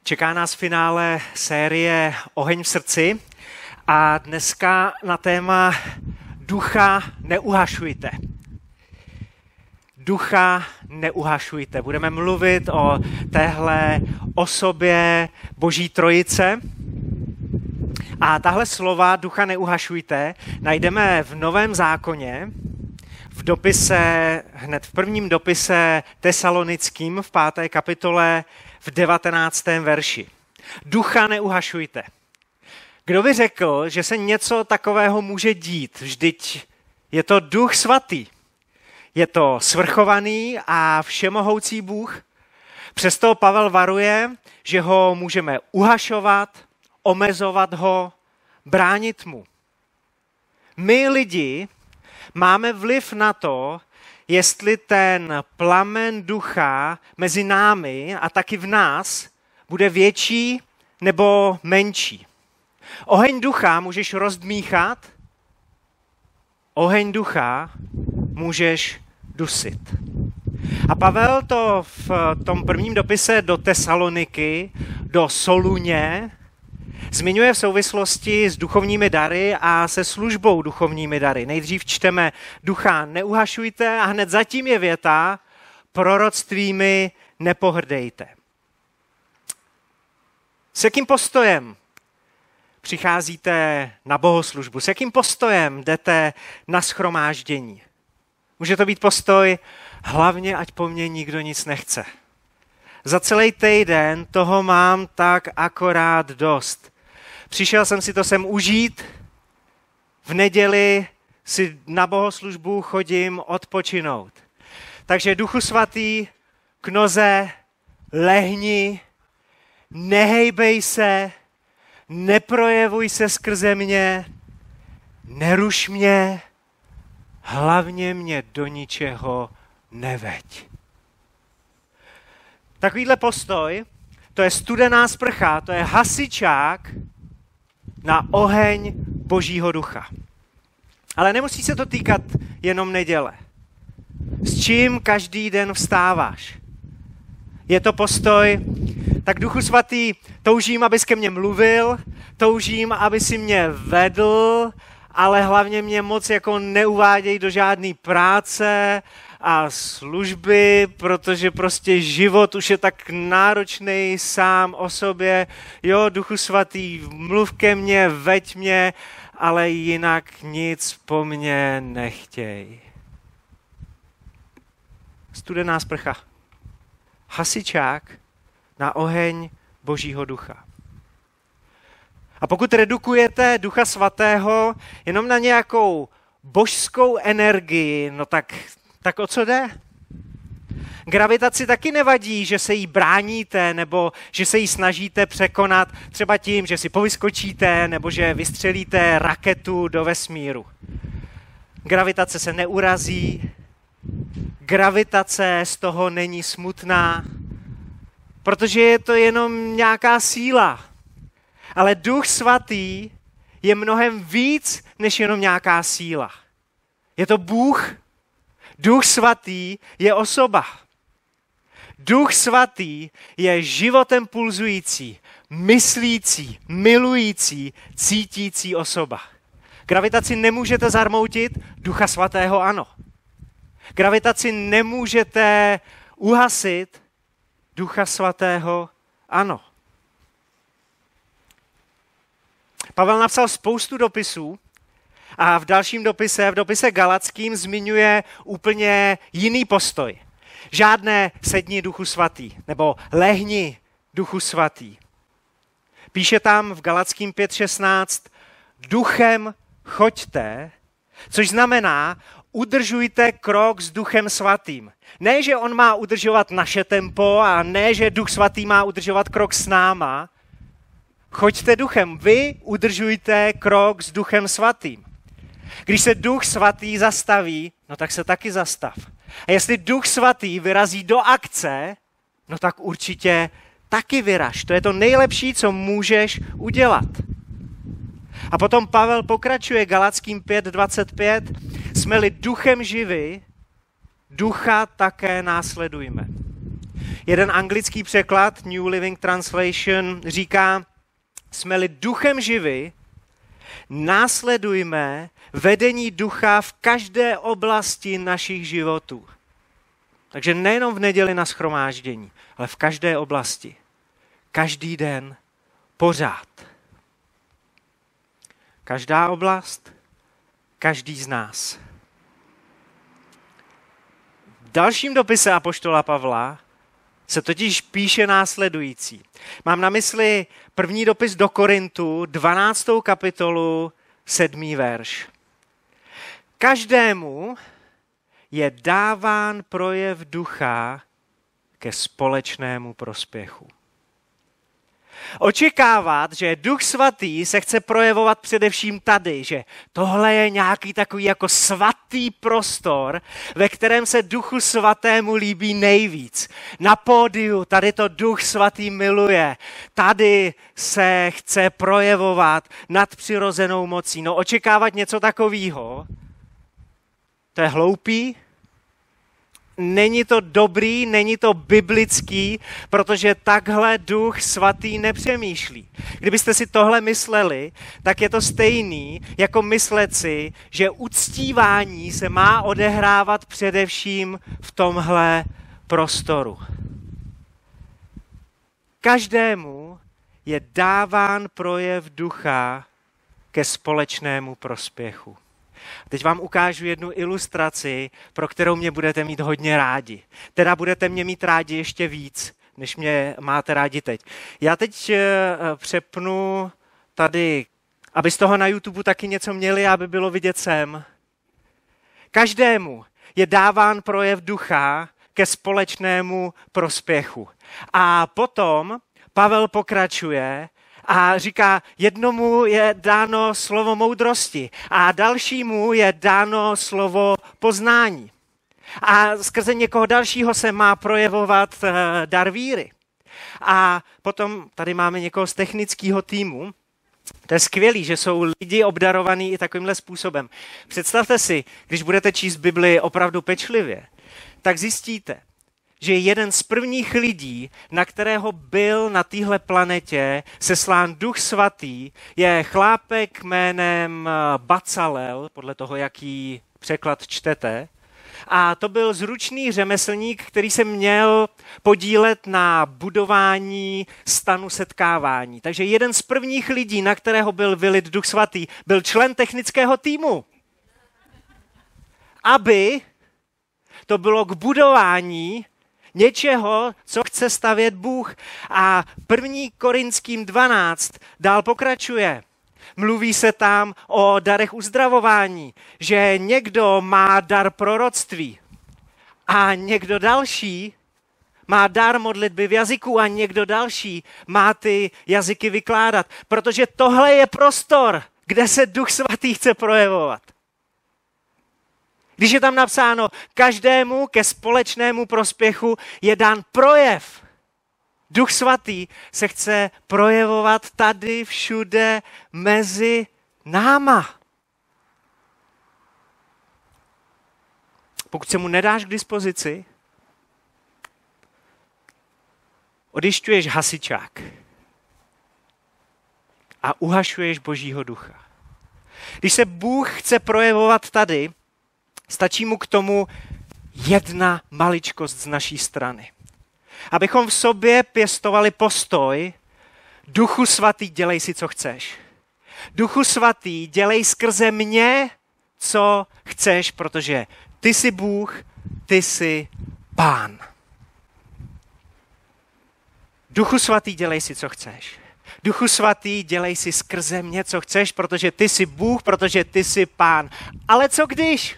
Čeká nás finále série Oheň v srdci a dneska na téma Ducha neuhašujte. Ducha neuhašujte. Budeme mluvit o téhle osobě Boží Trojice. A tahle slova Ducha neuhašujte najdeme v Novém zákoně, v dopise, hned v prvním dopise Tesalonickým v 5. kapitole v 19. verši. Ducha neuhašujte. Kdo by řekl, že se něco takového může dít? Vždyť je to Duch Svatý. Je to svrchovaný a všemohoucí Bůh. Přesto Pavel varuje, že ho můžeme uhašovat, omezovat ho, bránit mu. My lidi máme vliv na to, jestli ten plamen ducha mezi námi a taky v nás bude větší nebo menší. Oheň ducha můžeš rozdmíchat, oheň ducha můžeš dusit. A Pavel to v tom prvním dopise do Tesaloniky, do Soluně, zmiňuje v souvislosti s duchovními dary a se službou duchovními dary. Nejdřív čteme Ducha neuhašujte a hned zatím je věta proroctvími nepohrdejte. S jakým postojem přicházíte na bohoslužbu? S jakým postojem jdete na shromáždění? Může to být postoj, hlavně ať po mně nikdo nic nechce. Za celý týden toho mám tak akorát dost. Přišel jsem si to sem užít, v neděli si na bohoslužbu chodím odpočinout. Takže Duchu Svatý, k noze, lehni, nehejbej se, neprojevuj se skrze mě, neruš mě, hlavně mě do ničeho neveď. Takovýhle postoj, to je studená sprcha, to je hasičák na oheň Božího ducha. Ale nemusí se to týkat jenom neděle. S čím každý den vstáváš? Je to postoj, tak Duchu Svatý, toužím, abys ke mně mluvil, toužím, aby si mě vedl, ale hlavně mě moc jako neuváděj do žádné práce a služby, protože prostě život už je tak náročný sám o sobě. Jo, Duchu Svatý, mluv ke mně, veď mě, ale jinak nic po mně nechtěj. Studená sprcha. Hasičák na oheň Božího ducha. A pokud redukujete Ducha Svatého jenom na nějakou božskou energii, no tak o co jde? Gravitaci taky nevadí, že se jí bráníte nebo že se jí snažíte překonat třeba tím, že si povyskočíte nebo že vystřelíte raketu do vesmíru. Gravitace se neurazí, gravitace z toho není smutná, protože je to jenom nějaká síla. Ale Duch Svatý je mnohem víc než jenom nějaká síla. Je to Bůh. Duch Svatý je osoba. Duch Svatý je životem pulzující, myslící, milující, cítící osoba. Gravitaci nemůžete zarmoutit, Ducha Svatého ano. Gravitaci nemůžete uhasit, Ducha Svatého ano. Pavel napsal spoustu dopisů a v dalším dopise, v dopise Galackým, zmiňuje úplně jiný postoj. Žádné sedni Duchu Svatý nebo lehni Duchu Svatý. Píše tam v Galackým 5.16 duchem choďte, což znamená udržujte krok s Duchem Svatým. Ne, že on má udržovat naše tempo a ne, že Duch Svatý má udržovat krok s náma. Choďte duchem, vy udržujte krok s Duchem Svatým. Když se Duch Svatý zastaví, no tak se taky zastav. A jestli Duch Svatý vyrazí do akce, no tak určitě taky vyraž. To je to nejlepší, co můžeš udělat. A potom Pavel pokračuje Galackým 5.25. Jsme-li duchem živi, ducha také následujme. Jeden anglický překlad, New Living Translation, říká, jsme-li duchem živi, následujme vedení ducha v každé oblasti našich životů. Takže nejenom v neděli na shromáždění, ale v každé oblasti. Každý den, pořád. Každá oblast, každý z nás. V dalším dopise apoštola Pavla se totiž píše následující. Mám na mysli první dopis do Korintu, 12. kapitolu, 7. verš. Každému je dáván projev ducha ke společnému prospěchu. Očekávat, že Duch Svatý se chce projevovat především tady, že tohle je nějaký takový jako svatý prostor, ve kterém se Duchu Svatému líbí nejvíc. Na pódiu tady to Duch Svatý miluje, tady se chce projevovat nadpřirozenou mocí. No očekávat něco takového, to je hloupý, není to dobrý, není to biblický, protože takhle Duch Svatý nepřemýšlí. Kdybyste si tohle mysleli, tak je to stejný, jako myslet si, že uctívání se má odehrávat především v tomhle prostoru. Každému je dáván projev ducha ke společnému prospěchu. Teď vám ukážu jednu ilustraci, pro kterou mě budete mít hodně rádi. Teda budete mě mít rádi ještě víc, než mě máte rádi teď. Já teď přepnu tady, aby z toho na YouTube taky něco měli, aby bylo vidět sem. Každému je dáván projev ducha ke společnému prospěchu. A potom Pavel pokračuje a říká, jednomu je dáno slovo moudrosti a dalšímu je dáno slovo poznání. A skrze někoho dalšího se má projevovat dar víry. A potom tady máme někoho z technického týmu. To je skvělý, že jsou lidi obdarovaní i takovýmhle způsobem. Představte si, když budete číst Bibli opravdu pečlivě, tak zjistíte, že jeden z prvních lidí, na kterého byl na téhle planetě seslán Duch Svatý, je chlápek jménem Bacalel, podle toho, jaký překlad čtete. A to byl zručný řemeslník, který se měl podílet na budování stanu setkávání. Takže jeden z prvních lidí, na kterého byl vylit Duch Svatý, byl člen technického týmu. Aby to bylo k budování něčeho, co chce stavět Bůh. A 1. Korinským 12 dál pokračuje. Mluví se tam o darech uzdravování, že někdo má dar proroctví a někdo další má dar modlitby v jazyku a někdo další má ty jazyky vykládat. Protože tohle je prostor, kde se Duch Svatý chce projevovat. Když je tam napsáno, každému ke společnému prospěchu je dán projev. Duch Svatý se chce projevovat tady všude mezi náma. Pokud se mu nedáš k dispozici, odyšťuješ hasičák a uhašuješ Božího ducha. Když se Bůh chce projevovat tady, stačí mu k tomu jedna maličkost z naší strany. Abychom v sobě pěstovali postoj, Duchu Svatý, dělej si, co chceš. Duchu Svatý, dělej skrze mě, co chceš, protože ty jsi Bůh, ty jsi Pán. Duchu Svatý, dělej si, co chceš. Duchu Svatý, dělej si skrze mě, co chceš, protože ty jsi Bůh, protože ty jsi Pán. Ale co když?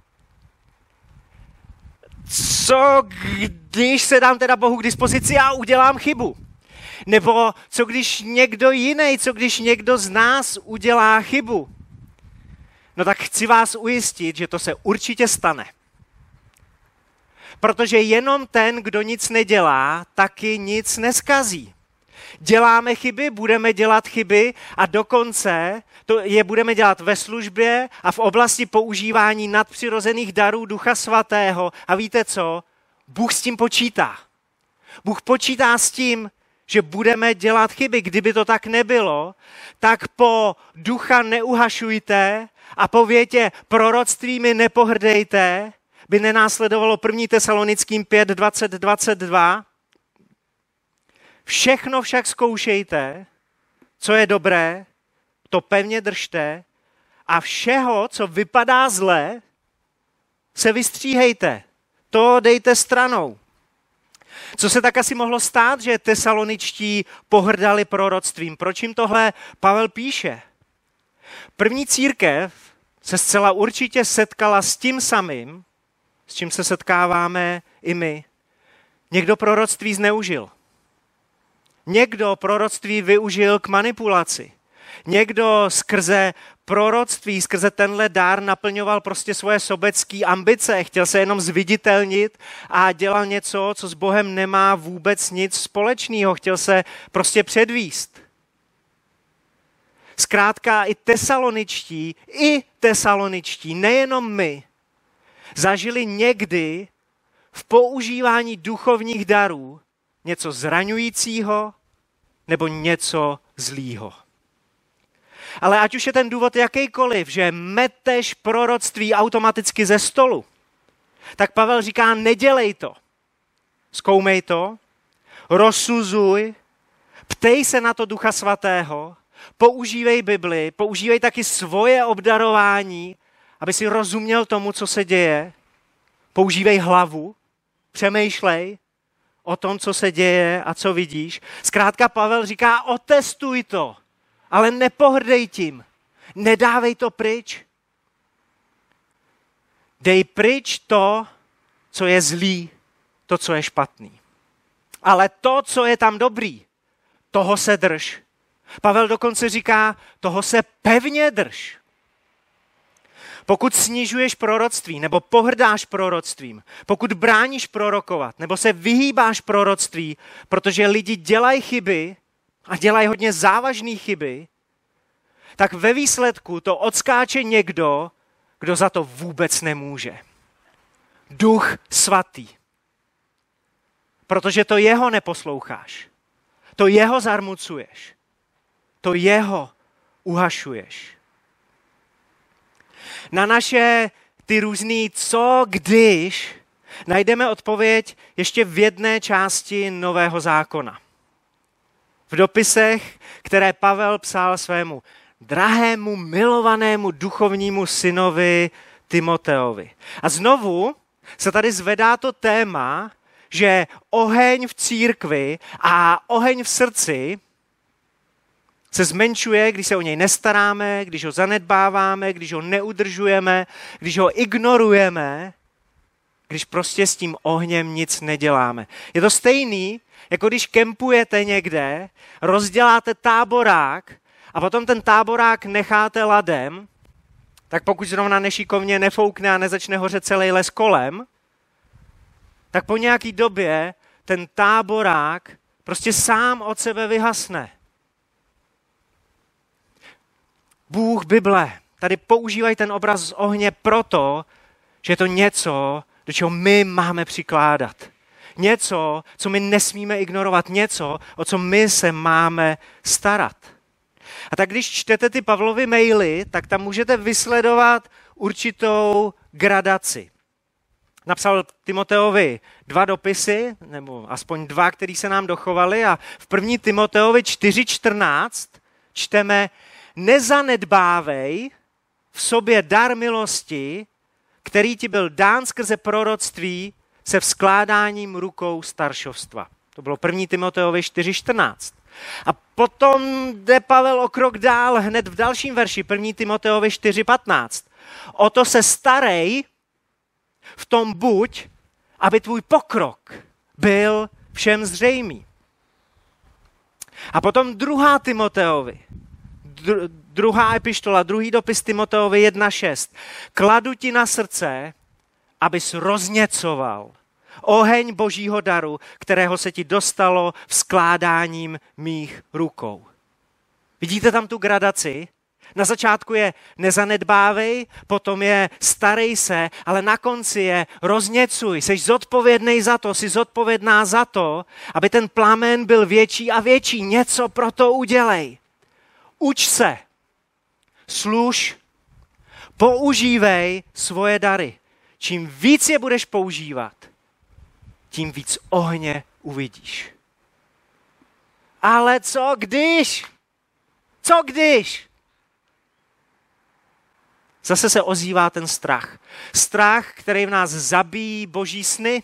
Co když se dám teda Bohu k dispozici a udělám chybu? Nebo co když někdo jiný, co když někdo z nás udělá chybu? No tak chci vás ujistit, že to se určitě stane. Protože jenom ten, kdo nic nedělá, taky nic neskazí. Děláme chyby, budeme dělat chyby a dokonce je budeme dělat ve službě a v oblasti používání nadpřirozených darů Ducha Svatého. A víte co? Bůh s tím počítá. Bůh počítá s tím, že budeme dělat chyby. Kdyby to tak nebylo, tak po ducha neuhašujte a po větě proroctvími nepohrdejte by nenásledovalo 1. Tesalonickým 5, 20, 22. Všechno však zkoušejte, co je dobré, to pevně držte a všeho, co vypadá zle, se vystříhejte. To dejte stranou. Co se tak asi mohlo stát, že tesaloničtí pohrdali proroctvím? Proč jim tohle Pavel píše? První církev se zcela určitě setkala s tím samým, s čím se setkáváme i my. Někdo proroctví zneužil. Někdo proroctví využil k manipulaci. Někdo skrze proroctví, skrze tenhle dár naplňoval prostě svoje sobecké ambice, chtěl se jenom zviditelnit a dělal něco, co s Bohem nemá vůbec nic společného, chtěl se prostě předvíst. Zkrátka i tesaloničtí, nejenom my, zažili někdy v používání duchovních darů něco zraňujícího nebo něco zlýho. Ale ať už je ten důvod jakýkoliv, že meteš proroctví automaticky ze stolu, tak Pavel říká, nedělej to. Zkoumej to, rozsuzuj, ptej se na to Ducha Svatého, používej Bibli, používej taky svoje obdarování, aby si rozuměl tomu, co se děje. Používej hlavu, přemýšlej o tom, co se děje a co vidíš. Zkrátka Pavel říká, otestuj to, ale nepohrdej tím. Nedávej to pryč. Dej pryč to, co je zlý, to, co je špatný. Ale to, co je tam dobrý, toho se drž. Pavel dokonce říká, toho se pevně drž. Pokud snižuješ proroctví nebo pohrdáš proroctvím, pokud bráníš prorokovat nebo se vyhýbáš proroctví, protože lidi dělají chyby a dělají hodně závažné chyby, tak ve výsledku to odskáče někdo, kdo za to vůbec nemůže. Duch Svatý. Protože to jeho neposloucháš. To jeho zarmucuješ. To jeho uhašuješ. Na naše ty různý co když najdeme odpověď ještě v jedné části Nového zákona. V dopisech, které Pavel psal svému drahému, milovanému duchovnímu synovi Timoteovi. A znovu se tady zvedá to téma, že oheň v církvi a oheň v srdci se zmenšuje, když se o něj nestaráme, když ho zanedbáváme, když ho neudržujeme, když ho ignorujeme, když prostě s tím ohněm nic neděláme. Je to stejný, jako když kempujete někde, rozděláte táborák a potom ten táborák necháte ladem, tak pokud zrovna nešikovně nefoukne a nezačne hořet celý les kolem, tak po nějaký době ten táborák prostě sám od sebe vyhasne. Bůh, Bible, tady používají ten obraz z ohně proto, že je to něco, do čeho my máme přikládat. Něco, co my nesmíme ignorovat. Něco, o co my se máme starat. A tak když čtete ty Pavlovy maily, tak tam můžete vysledovat určitou gradaci. Napsal Timoteovi 2 dopisy, nebo aspoň 2, které se nám dochovaly, a v 1. Timoteovi 4:14 čteme: nezanedbávej v sobě dar milosti, který ti byl dán skrze proroctví se vzkládáním rukou staršovstva. To bylo 1. Timoteovi 4:14. A potom jde Pavel o krok dál hned v dalším verši, 1. Timoteovi 4:15. O to se starej, v tom buď, aby tvůj pokrok byl všem zřejmý. A potom 2. Timoteovi, druhá epištola, druhý dopis Timoteovi 1:6. Kladu ti na srdce, abys rozněcoval oheň Božího daru, kterého se ti dostalo vzkládáním mých rukou. Vidíte tam tu gradaci? Na začátku je nezanedbávej, potom je starej se, ale na konci je rozněcuj. Jsi zodpovědný za to, jsi zodpovědná za to, aby ten plamen byl větší a větší. Něco pro to udělej. Uč se, služ, používej svoje dary. Čím víc je budeš používat, tím víc ohně uvidíš. Ale co když? Co když? Zase se ozývá ten strach. Strach, který v nás zabíjí boží sny.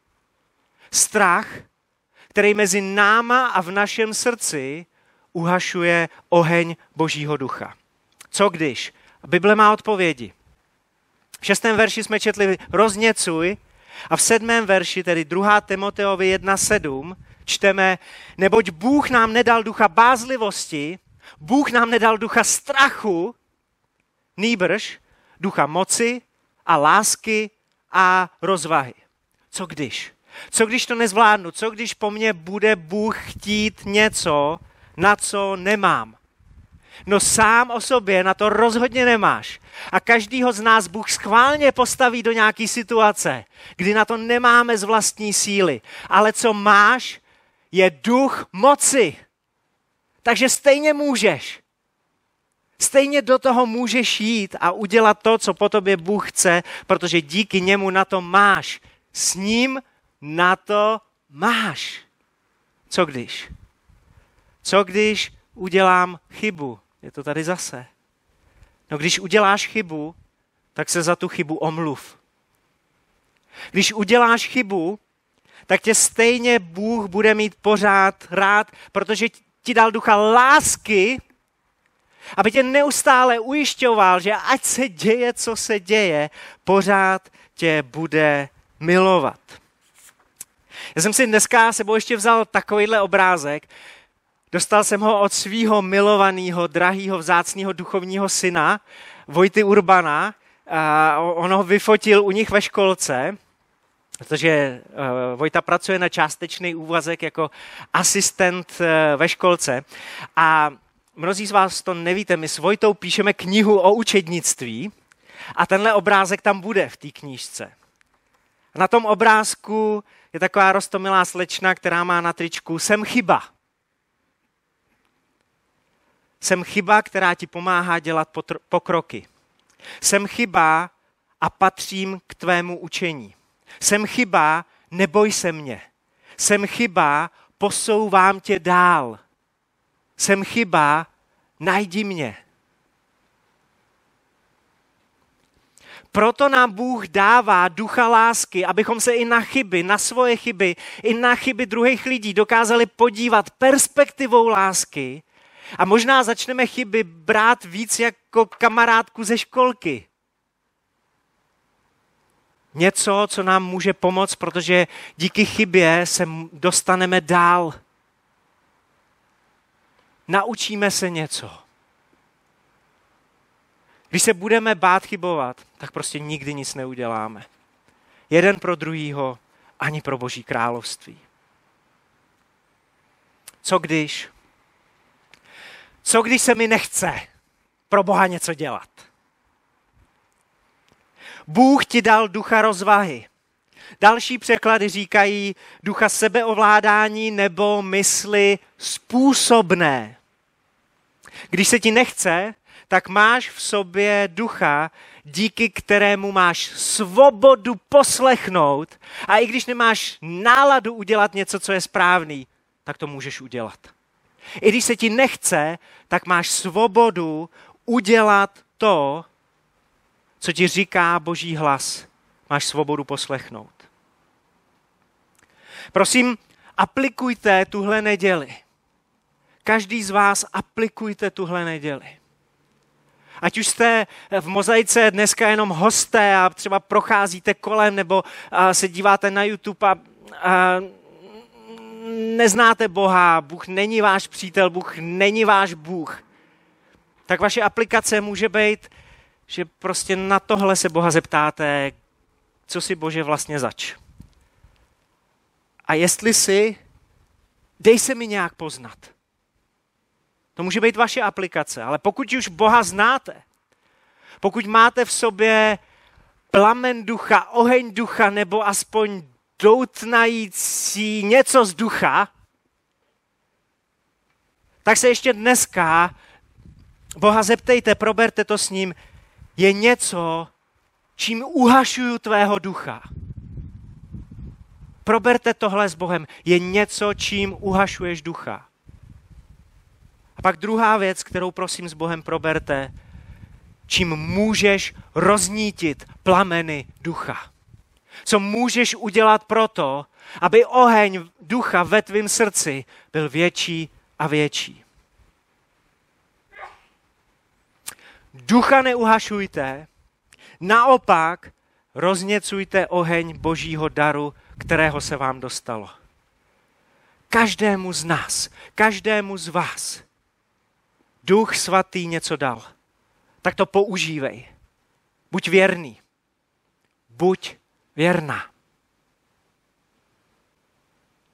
Strach, který mezi náma a v našem srdci uhašuje oheň Božího ducha. Co když? Bible má odpovědi. V 6. verši jsme četli rozněcuj a v 7. verši, tedy 2. Timoteovi 1.7, čteme, neboť Bůh nám nedal ducha bázlivosti, Bůh nám nedal ducha strachu, nýbrž ducha moci a lásky a rozvahy. Co když? Co když to nezvládnu? Co když po mně bude Bůh chtít něco, na co nemám? No sám o sobě na to rozhodně nemáš. A každýho z nás Bůh schválně postaví do nějaké situace, kdy na to nemáme z vlastní síly. Ale co máš, je duch moci. Takže stejně můžeš. Stejně do toho můžeš jít a udělat to, co po tobě Bůh chce, protože díky němu na to máš. S ním na to máš. Co když? Co když udělám chybu? Je to tady zase. No když uděláš chybu, tak se za tu chybu omluv. Když uděláš chybu, tak tě stejně Bůh bude mít pořád rád, protože ti dal ducha lásky, aby tě neustále ujišťoval, že ať se děje, co se děje, pořád tě bude milovat. Já jsem si dneska sebou ještě vzal takovýhle obrázek. Dostal jsem ho od svého milovaného, drahého, vzácného duchovního syna, Vojty Urbana. On ho vyfotil u nich ve školce, protože Vojta pracuje na částečný úvazek jako asistent ve školce. A mnozí z vás to nevíte, my s Vojtou píšeme knihu o učednictví a tenhle obrázek tam bude v té knížce. Na tom obrázku je taková roztomilá slečna, která má na tričku Jsem chyba. Jsem chyba, která ti pomáhá dělat pokroky. Jsem chyba a patřím k tvému učení. Jsem chyba, neboj se mě. Jsem chyba, posouvám tě dál. Jsem chyba, najdi mě. Proto nám Bůh dává ducha lásky, abychom se i na chyby, na svoje chyby, i na chyby druhých lidí dokázali podívat perspektivou lásky a možná začneme chyby brát víc jako kamarádku ze školky. Něco, co nám může pomoct, protože díky chybě se dostaneme dál. Naučíme se něco. Když se budeme bát chybovat, tak prostě nikdy nic neuděláme. Jeden pro druhýho, ani pro Boží království. Co když? Co když se mi nechce pro Boha něco dělat? Bůh ti dal ducha rozvahy. Další překlady říkají ducha sebeovládání nebo mysli způsobné. Když se ti nechce, tak máš v sobě ducha, díky kterému máš svobodu poslechnout a i když nemáš náladu udělat něco, co je správný, tak to můžeš udělat. I když se ti nechce, tak máš svobodu udělat to, co ti říká Boží hlas. Máš svobodu poslechnout. Prosím, aplikujte tuhle neděli. Každý z vás aplikujte tuhle neděli. Ať už jste v Mozaice dneska jenom hosté a třeba procházíte kolem nebo se díváte na YouTube a neznáte Boha, Bůh není váš přítel, Bůh není váš Bůh, tak vaše aplikace může být, že prostě na tohle se Boha zeptáte, co si Bože vlastně zač. A jestli si, dej se mi nějak poznat. To může být vaše aplikace, ale pokud už Boha znáte, pokud máte v sobě plamen ducha, oheň ducha nebo aspoň doutnající něco z ducha, tak se ještě dneska Boha zeptejte, proberte to s ním, je něco, čím uhašuju tvého ducha. Proberte tohle s Bohem, je něco, čím uhašuješ ducha. A pak druhá věc, kterou prosím s Bohem proberte, čím můžeš roznítit plameny ducha. Co můžeš udělat proto, aby oheň ducha ve tvém srdci byl větší a větší. Ducha neuhašujte, naopak rozněcujte oheň Božího daru, kterého se vám dostalo. Každému z nás, každému z vás Duch Svatý něco dal. Tak to používej. Buď věrný. Buď věrná.